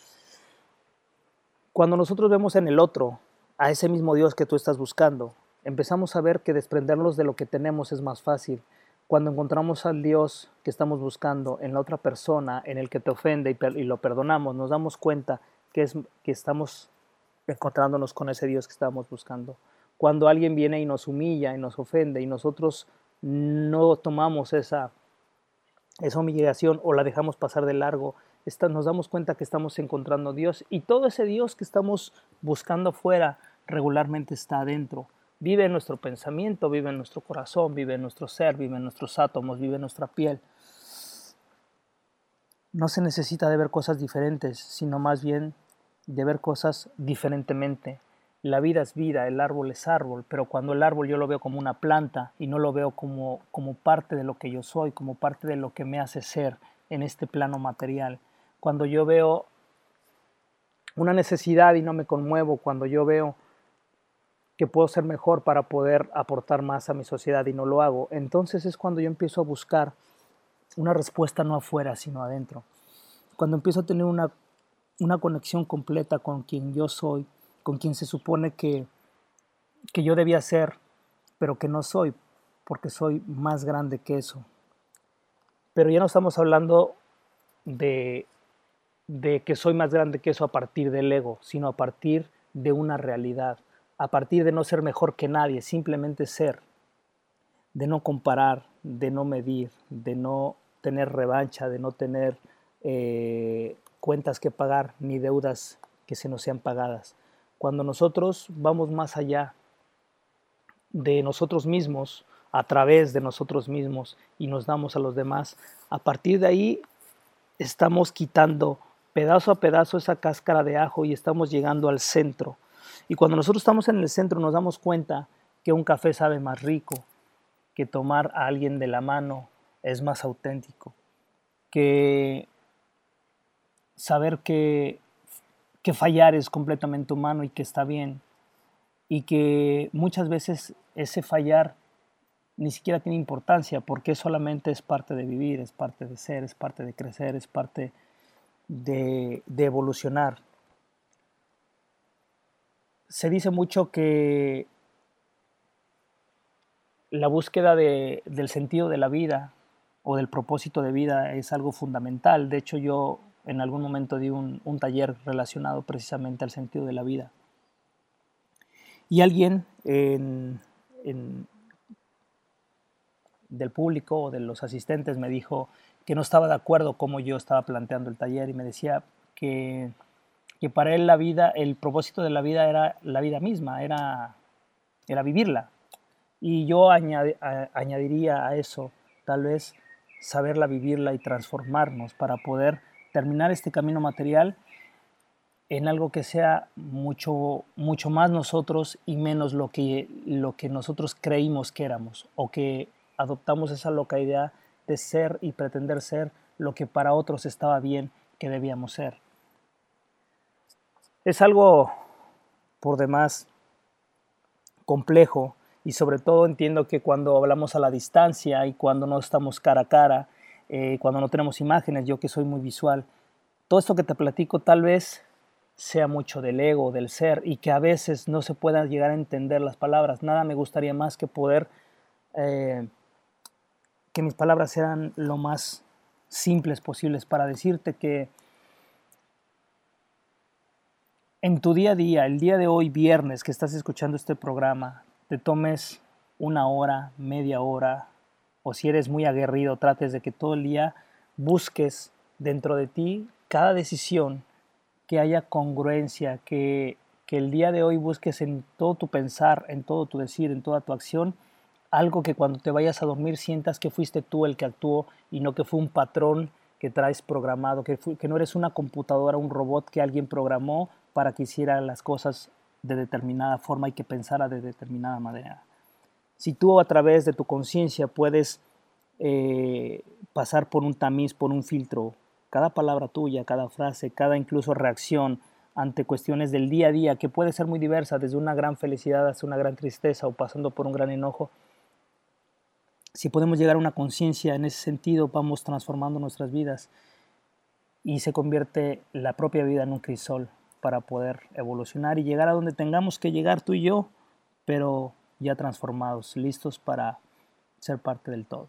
Cuando nosotros vemos en el otro a ese mismo Dios que tú estás buscando, empezamos a ver que desprendernos de lo que tenemos es más fácil. Cuando encontramos al Dios que estamos buscando en la otra persona, en el que te ofende y, per- y lo perdonamos, nos damos cuenta que, es, que estamos encontrándonos con ese Dios que estábamos buscando. Cuando alguien viene y nos humilla y nos ofende y nosotros no tomamos esa, esa humillación o la dejamos pasar de largo, esta, nos damos cuenta que estamos encontrando a Dios, y todo ese Dios que estamos buscando afuera regularmente está adentro. Vive en nuestro pensamiento, vive en nuestro corazón, vive en nuestro ser, vive en nuestros átomos, vive en nuestra piel. No se necesita de ver cosas diferentes, sino más bien de ver cosas diferentemente. La vida es vida, el árbol es árbol, pero cuando el árbol yo lo veo como una planta y no lo veo como, como parte de lo que yo soy, como parte de lo que me hace ser en este plano material. Cuando yo veo una necesidad y no me conmuevo, cuando yo veo que puedo ser mejor para poder aportar más a mi sociedad y no lo hago, entonces es cuando yo empiezo a buscar una respuesta no afuera, sino adentro. Cuando empiezo a tener una, una conexión completa con quien yo soy, con quien se supone que, que yo debía ser, pero que no soy, porque soy más grande que eso. Pero ya no estamos hablando de, de que soy más grande que eso a partir del ego, sino a partir de una realidad, a partir de no ser mejor que nadie, simplemente ser, de no comparar, de no medir, de no tener revancha, de no tener eh, cuentas que pagar ni deudas que se nos sean pagadas. Cuando nosotros vamos más allá de nosotros mismos, a través de nosotros mismos, y nos damos a los demás, a partir de ahí estamos quitando pedazo a pedazo esa cáscara de ajo y estamos llegando al centro. Y cuando nosotros estamos en el centro nos damos cuenta que un café sabe más rico, que tomar a alguien de la mano es más auténtico, que saber que, que fallar es completamente humano y que está bien, y que muchas veces ese fallar ni siquiera tiene importancia porque solamente es parte de vivir, es parte de ser, es parte de crecer, es parte de, de evolucionar. Se dice mucho que la búsqueda de, del sentido de la vida o del propósito de vida es algo fundamental. De hecho, yo en algún momento di un, un taller relacionado precisamente al sentido de la vida. Y alguien en, en, del público o de los asistentes me dijo que no estaba de acuerdo cómo yo estaba planteando el taller y me decía que, que para él la vida, el propósito de la vida era la vida misma, era, era vivirla. Y yo añad, a, añadiría a eso, tal vez, saberla vivirla y transformarnos para poder terminar este camino material en algo que sea mucho, mucho más nosotros y menos lo que, lo que nosotros creímos que éramos, o que adoptamos esa loca idea de ser y pretender ser lo que para otros estaba bien que debíamos ser. Es algo por demás complejo, y sobre todo entiendo que cuando hablamos a la distancia y cuando no estamos cara a cara, eh, cuando no tenemos imágenes, yo que soy muy visual. Todo esto que te platico tal vez sea mucho del ego, del ser, y que a veces no se pueda llegar a entender las palabras. Nada me gustaría más que poder, eh, que mis palabras sean lo más simples posibles para decirte que en tu día a día, el día de hoy, viernes, que estás escuchando este programa, te tomes una hora, media hora, o si eres muy aguerrido, trates de que todo el día busques dentro de ti cada decisión, que haya congruencia, que, que el día de hoy busques en todo tu pensar, en todo tu decir, en toda tu acción, algo que cuando te vayas a dormir sientas que fuiste tú el que actuó y no que fue un patrón que traes programado, que, fu- que no eres una computadora, un robot que alguien programó para que hiciera las cosas de determinada forma y que pensara de determinada manera. Si tú a través de tu conciencia puedes eh, pasar por un tamiz, por un filtro, cada palabra tuya, cada frase, cada incluso reacción ante cuestiones del día a día, que puede ser muy diversa, desde una gran felicidad hasta una gran tristeza o pasando por un gran enojo, si podemos llegar a una conciencia en ese sentido, vamos transformando nuestras vidas y se convierte la propia vida en un crisol para poder evolucionar y llegar a donde tengamos que llegar tú y yo, pero ya transformados, listos para ser parte del todo.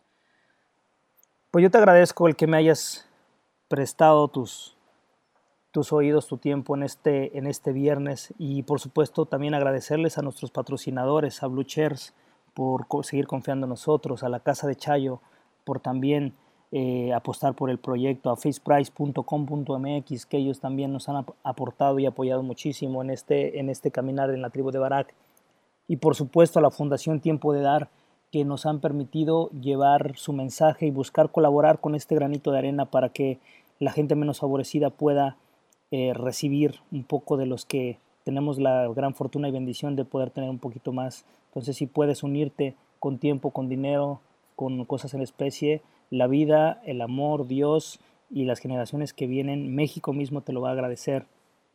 Pues yo te agradezco el que me hayas prestado tus, tus oídos, tu tiempo en este, en este viernes, y por supuesto también agradecerles a nuestros patrocinadores, a Blue Chairs, por seguir confiando en nosotros, a la Casa de Chayo, por también eh, apostar por el proyecto, a face price punto com punto m x, que ellos también nos han ap- aportado y apoyado muchísimo en este, en este caminar en la tribu de Barak, y por supuesto a la Fundación Tiempo de Dar, que nos han permitido llevar su mensaje y buscar colaborar con este granito de arena para que la gente menos favorecida pueda eh, recibir un poco de los que tenemos la gran fortuna y bendición de poder tener un poquito más. Entonces, si puedes unirte con tiempo, con dinero, con cosas en especie, la vida, el amor, Dios y las generaciones que vienen, México mismo te lo va a agradecer.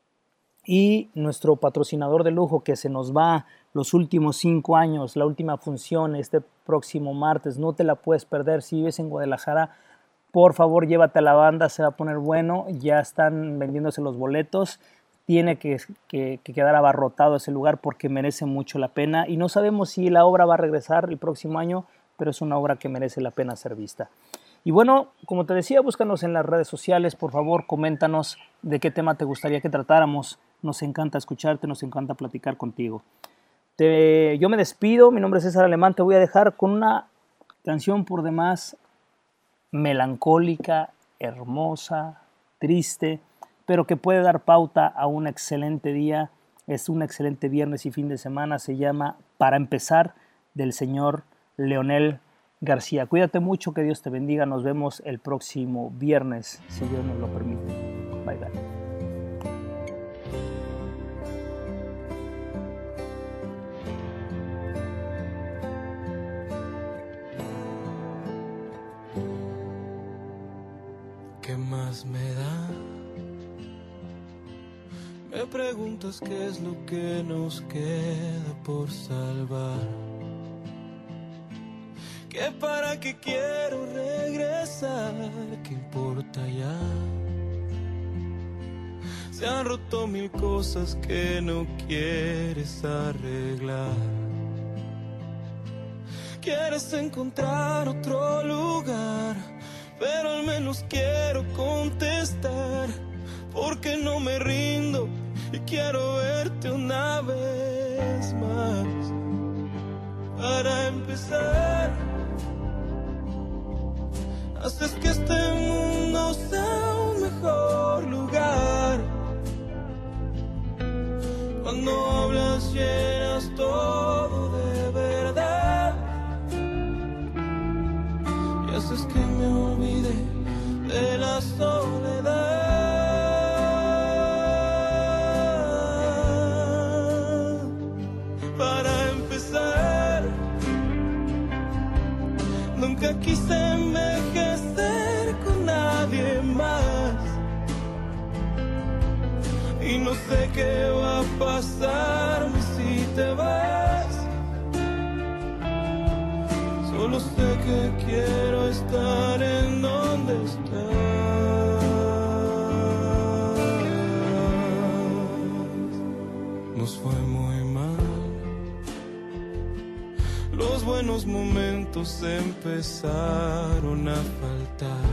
Y nuestro patrocinador de lujo, que se nos va los últimos cinco años, la última función este próximo martes, no te la puedes perder. Si vives en Guadalajara, por favor llévate a la banda, se va a poner bueno, ya están vendiéndose los boletos. Tiene que, que, que quedar abarrotado ese lugar porque merece mucho la pena, y no sabemos si la obra va a regresar el próximo año, pero es una obra que merece la pena ser vista. Y bueno, como te decía, búscanos en las redes sociales, por favor, coméntanos de qué tema te gustaría que tratáramos. Nos encanta escucharte, nos encanta platicar contigo. Te, yo me despido, mi nombre es César Alemán, te voy a dejar con una canción por demás melancólica, hermosa, triste, pero que puede dar pauta a un excelente día. Es un excelente viernes y fin de semana. Se llama Para Empezar, del señor Leonel García. Cuídate mucho, que Dios te bendiga. Nos vemos el próximo viernes, si Dios nos lo permite. Bye, bye.
¿Qué más me da? Me preguntas qué es lo que nos queda por salvar. Que para qué quiero regresar, ¿qué importa ya? Se han roto mil cosas que no quieres arreglar. Quieres encontrar otro lugar, pero al menos quiero contestar, porque no me rindo y quiero verte una vez más. Para empezar, haces que este mundo sea un mejor lugar. Cuando hablas llenas todo de verdad, y haces que me olvide de la soledad. Para empezar, nunca quise envejecer con nadie más, y no sé qué va a pasarme si te vas. Solo sé que quiero estar en donde estás. Nos fue muy mal. Los buenos momentos empezaron a faltar.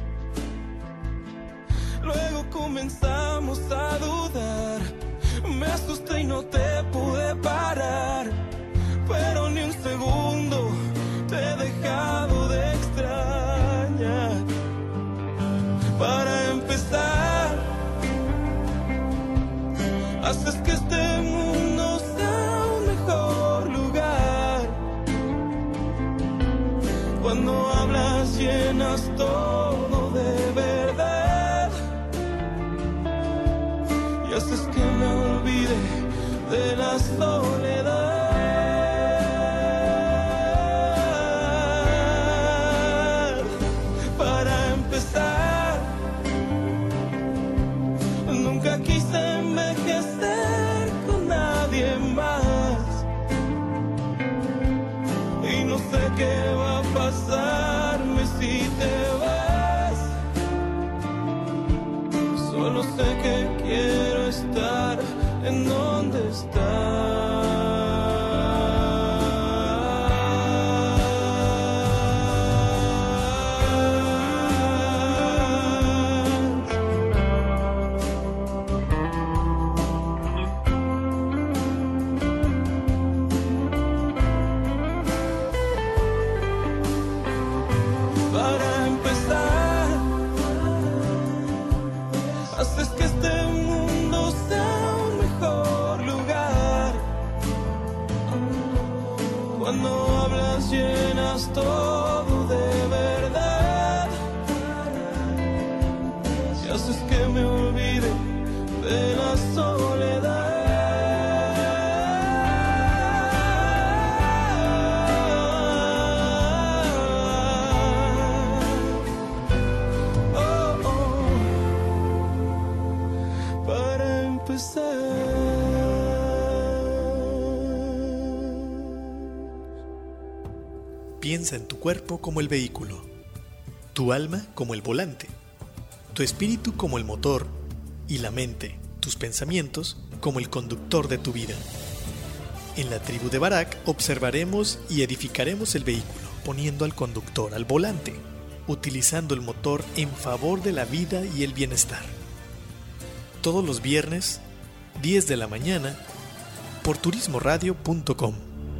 Luego comenzamos a dudar. Me asusté y no te pude parar. Pero ni un segundo te he dejado de extrañar. Para empezar, haces que este mundo sea un mejor lugar. Cuando hablas llenas todo de verdad. Y haces que me olvide de la soledad. Nunca quise envejecer con nadie más. Y no sé qué va a pasarme si te vas. Solo sé que quiero estar en donde estás. Llenas todo de verdad y haces que me olvide de la soledad. Oh, oh, para empezar.
Piensa en tu cuerpo como el vehículo, tu alma como el volante, tu espíritu como el motor y la mente, tus pensamientos, como el conductor de tu vida. En la tribu de Barak observaremos y edificaremos el vehículo, poniendo al conductor al volante, utilizando el motor en favor de la vida y el bienestar. Todos los viernes, diez de la mañana, por turismo radio punto com.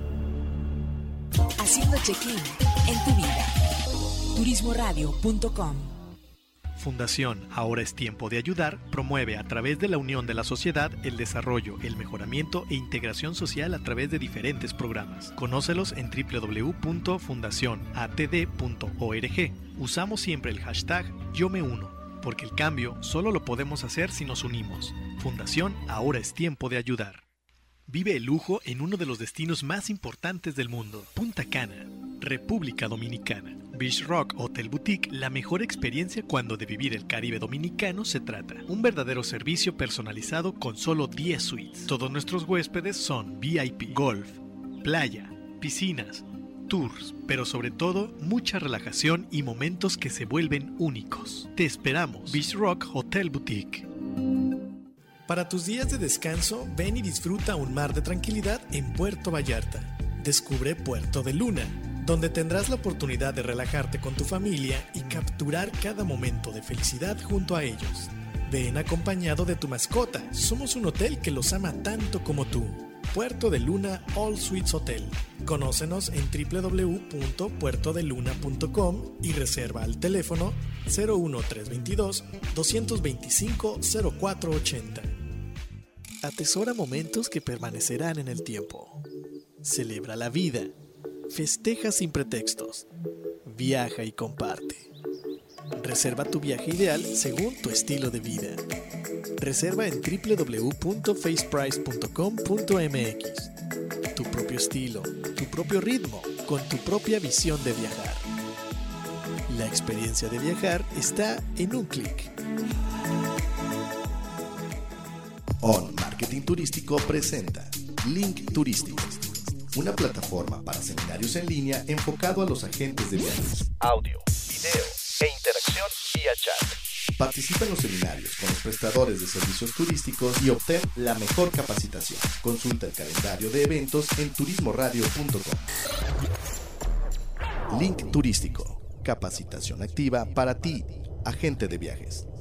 Haciendo check-in en tu vida. turismo radio punto com.
Fundación Ahora es Tiempo de Ayudar promueve a través de la unión de la sociedad el desarrollo, el mejoramiento e integración social a través de diferentes programas. Conócelos en doble u doble u doble u punto fundación a t d punto org. Usamos siempre el hashtag Yo Me Uno, porque el cambio solo lo podemos hacer si nos unimos. Fundación Ahora es Tiempo de Ayudar. Vive el lujo en uno de los destinos más importantes del mundo, Punta Cana, República Dominicana. Beach Rock Hotel Boutique, la mejor experiencia cuando de vivir el Caribe dominicano se trata. Un verdadero servicio personalizado con solo diez suites. Todos nuestros huéspedes son V I P, golf, playa, piscinas, tours, pero sobre todo mucha relajación y momentos que se vuelven únicos. Te esperamos. Beach Rock Hotel Boutique.
Para tus días de descanso, ven y disfruta un mar de tranquilidad en Puerto Vallarta. Descubre Puerto de Luna, donde tendrás la oportunidad de relajarte con tu familia y capturar cada momento de felicidad junto a ellos. Ven acompañado de tu mascota. Somos un hotel que los ama tanto como tú. Puerto de Luna All Suites Hotel. Conócenos en doble u doble u doble u punto puerto de luna punto com y reserva al teléfono cero uno tres dos dos, dos dos cinco, cero cuatro ocho cero. Atesora momentos que permanecerán en el tiempo. Celebra la vida. Festeja sin pretextos. Viaja y comparte. Reserva tu viaje ideal según tu estilo de vida. Reserva en doble u doble u doble u punto face price punto com punto m x. Tu propio estilo, tu propio ritmo, con tu propia visión de viajar. La experiencia de viajar está en un clic.
On Marketing Turístico presenta Link Turístico, una plataforma para seminarios en línea enfocado a los agentes de viajes.
Audio, video e interacción vía chat.
Participa en los seminarios con los prestadores de servicios turísticos y obtén la mejor capacitación. Consulta el calendario de eventos en turismo radio punto com. Link Turístico. Capacitación activa para ti, agente de viajes.